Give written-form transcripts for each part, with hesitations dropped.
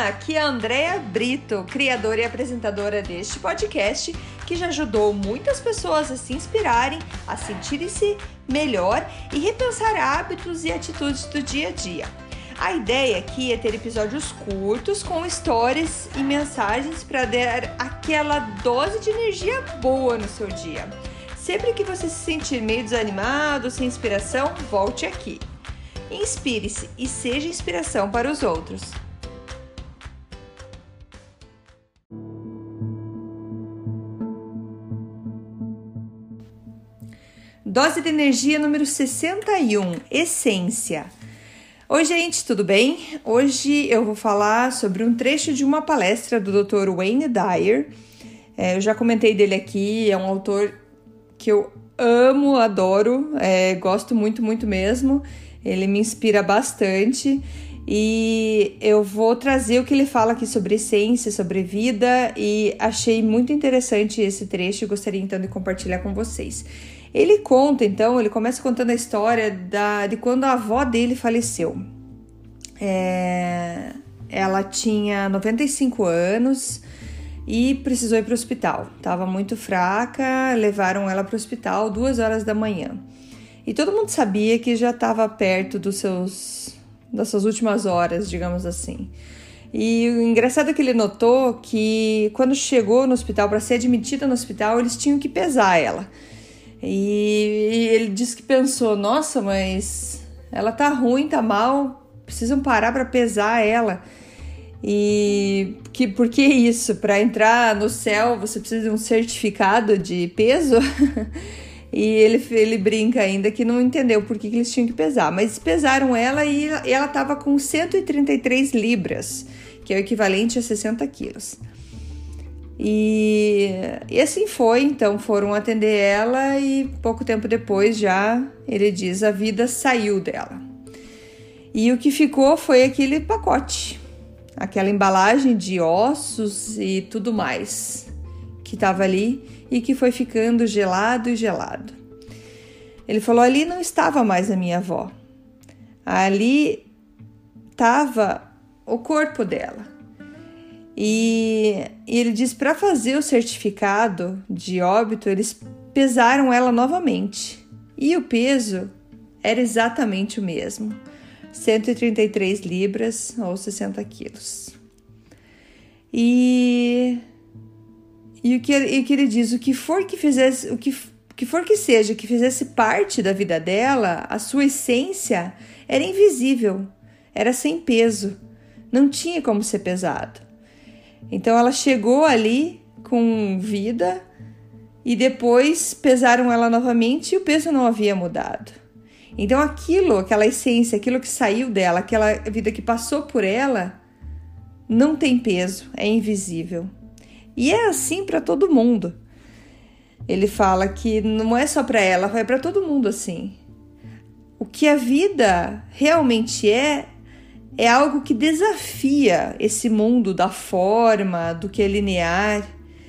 aqui é a Andrea Brito, criadora e apresentadora deste podcast, que já ajudou muitas pessoas a se inspirarem, a sentirem-se melhor e repensar hábitos e atitudes do dia a dia. A ideia aqui é ter episódios curtos com histórias e mensagens para dar aquela dose de energia boa no seu dia. Sempre que você se sentir meio desanimado, sem inspiração, volte aqui. Inspire-se e seja inspiração para os outros. Dose de energia número 61, Essência. Oi, gente, tudo bem? Hoje eu vou falar sobre um trecho de uma palestra do Dr. Wayne Dyer. Eu já comentei dele aqui, é um autor que eu amo, adoro, gosto muito, muito mesmo. Ele me inspira bastante e eu vou trazer o que ele fala aqui sobre essência, sobre vida, e achei muito interessante esse trecho e gostaria então de compartilhar com vocês. Ele começa contando a história de quando a avó dele faleceu. Ela tinha 95 anos e precisou ir para o hospital. Estava muito fraca, levaram ela para o hospital 2 horas da manhã. E todo mundo sabia que já estava perto das suas últimas horas, digamos assim. E o engraçado é que ele notou que quando chegou no hospital, para ser admitida no hospital, eles tinham que pesar ela. E ele disse que pensou, nossa, mas ela tá ruim, tá mal, precisam parar para pesar ela. E por que isso? Para entrar no céu você precisa de um certificado de peso? E ele brinca ainda que não entendeu por que eles tinham que pesar. Mas pesaram ela e ela estava com 133 libras, que é o equivalente a 60 quilos. E assim foi, então foram atender ela e pouco tempo depois já, ele diz, a vida saiu dela. E o que ficou foi aquele pacote, aquela embalagem de ossos e tudo mais que estava ali e que foi ficando gelado e gelado. Ele falou, ali não estava mais a minha avó. Ali estava o corpo dela. E ele diz, para fazer o certificado de óbito, eles pesaram ela novamente. E o peso era exatamente o mesmo. 133 libras ou 60 quilos. E o que ele diz, o que for que seja, que fizesse parte da vida dela, a sua essência era invisível, era sem peso, não tinha como ser pesado. Então ela chegou ali com vida e depois pesaram ela novamente e o peso não havia mudado. Então aquela essência, aquilo que saiu dela, aquela vida que passou por ela, não tem peso, é invisível. E é assim para todo mundo. Ele fala que não é só para ela, é para todo mundo assim. O que a vida realmente é algo que desafia esse mundo da forma, do que é linear,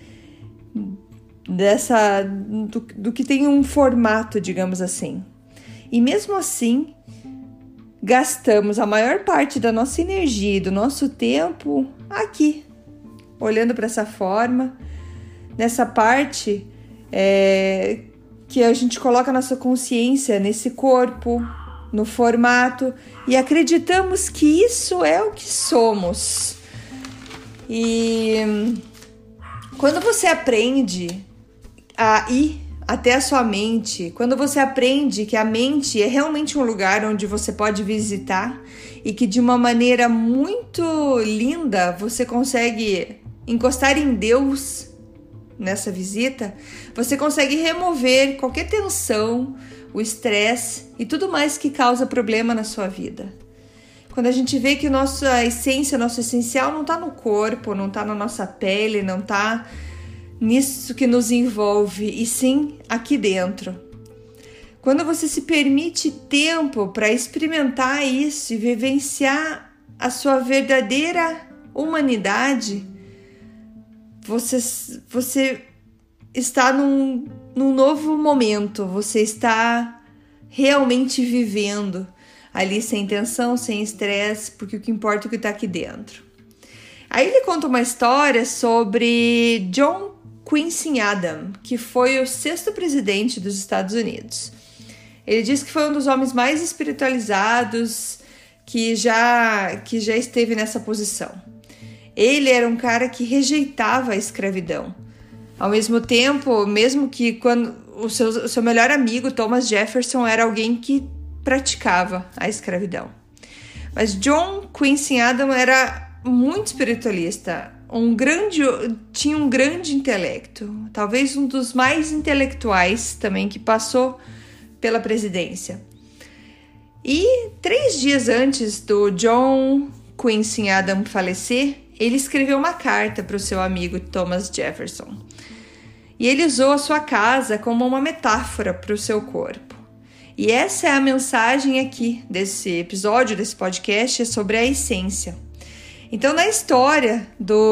do que tem um formato, digamos assim. E mesmo assim, gastamos a maior parte da nossa energia e do nosso tempo aqui, olhando para essa forma, nessa parte que a gente coloca a nossa consciência nesse corpo, no formato, e acreditamos que isso é o que somos. E quando você aprende a ir até a sua mente, quando você aprende que a mente é realmente um lugar onde você pode visitar e que de uma maneira muito linda você consegue encostar em Deus nessa visita, você consegue remover qualquer tensão, o estresse e tudo mais que causa problema na sua vida. Quando a gente vê que nossa essência, nosso essencial não está no corpo, não está na nossa pele, não está nisso que nos envolve, e sim aqui dentro. Quando você se permite tempo para experimentar isso e vivenciar a sua verdadeira humanidade, você está num novo momento, você está realmente vivendo ali sem tensão, sem estresse, porque o que importa é o que está aqui dentro. Aí ele conta uma história sobre John Quincy Adams, que foi o 6º presidente dos Estados Unidos. Ele diz que foi um dos homens mais espiritualizados que já esteve nessa posição. Ele era um cara que rejeitava a escravidão. Ao mesmo tempo, mesmo que quando o seu melhor amigo, Thomas Jefferson, era alguém que praticava a escravidão. Mas John Quincy Adams era muito espiritualista, tinha um grande intelecto, talvez um dos mais intelectuais também que passou pela presidência. E 3 dias antes do John Quincy Adams falecer, ele escreveu uma carta para o seu amigo Thomas Jefferson. E ele usou a sua casa como uma metáfora para o seu corpo. E essa é a mensagem aqui desse episódio, desse podcast, é sobre a essência. Então, na história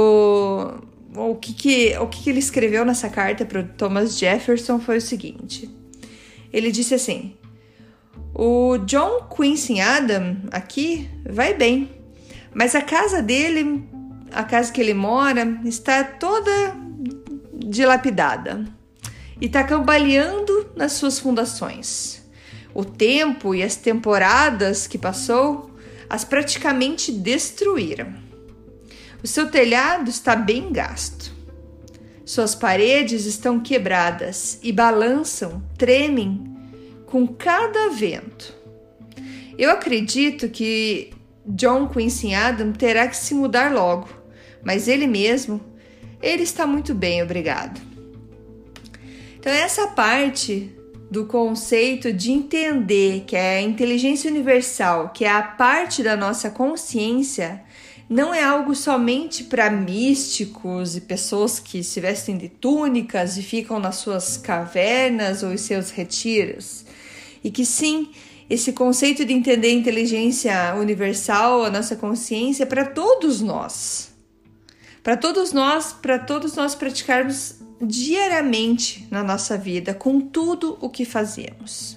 o que ele escreveu nessa carta para o Thomas Jefferson foi o seguinte. Ele disse assim: o John Quincy Adams aqui vai bem, mas a casa dele, a casa que ele mora, está toda dilapidada e está cambaleando nas suas fundações. O tempo e as temporadas que passou as praticamente destruíram. O seu telhado está bem gasto. Suas paredes estão quebradas e balançam, tremem com cada vento. Eu acredito que John Quincy Adams terá que se mudar logo, mas ele está muito bem, obrigado. Então essa parte do conceito de entender que a inteligência universal, que é a parte da nossa consciência, não é algo somente para místicos e pessoas que se vestem de túnicas e ficam nas suas cavernas ou em seus retiros. E que sim, esse conceito de entender a inteligência universal, a nossa consciência, é para todos nós. Para todos nós praticarmos diariamente na nossa vida, com tudo o que fazemos.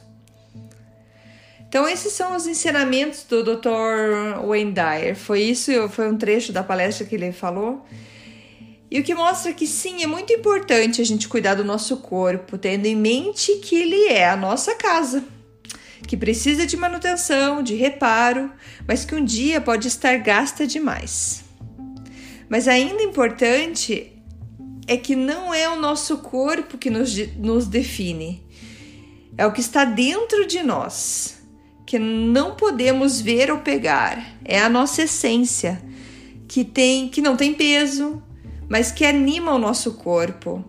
Então, esses são os ensinamentos do Dr. Wayne Dyer. Foi um trecho da palestra que ele falou. E o que mostra que sim, é muito importante a gente cuidar do nosso corpo, tendo em mente que ele é a nossa casa, que precisa de manutenção, de reparo, mas que um dia pode estar gasta demais. Mas ainda importante é que não é o nosso corpo que nos define, é o que está dentro de nós, que não podemos ver ou pegar, é a nossa essência, que não tem peso, mas que anima o nosso corpo.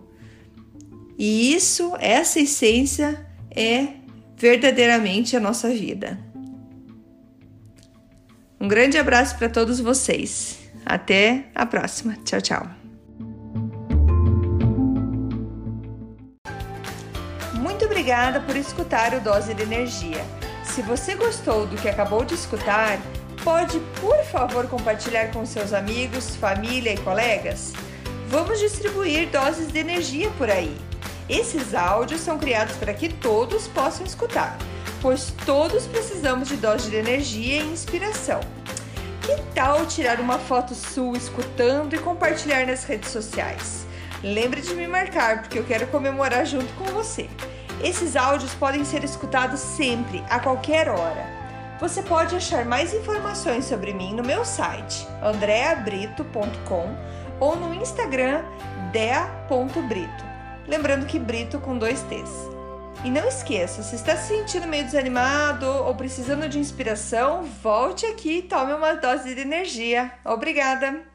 E essa essência é verdadeiramente a nossa vida. Um grande abraço para todos vocês. Até a próxima. Tchau, tchau. Muito obrigada por escutar o Dose de Energia. Se você gostou do que acabou de escutar, pode, por favor, compartilhar com seus amigos, família e colegas? Vamos distribuir doses de energia por aí. Esses áudios são criados para que todos possam escutar, pois todos precisamos de doses de energia e inspiração. Que tal tirar uma foto sua escutando e compartilhar nas redes sociais? Lembre de me marcar, porque eu quero comemorar junto com você. Esses áudios podem ser escutados sempre, a qualquer hora. Você pode achar mais informações sobre mim no meu site, andreabrito.com, ou no Instagram, dea.brito. Lembrando que Brito com 2 T's. E não esqueça, se está se sentindo meio desanimado ou precisando de inspiração, volte aqui e tome uma dose de energia. Obrigada!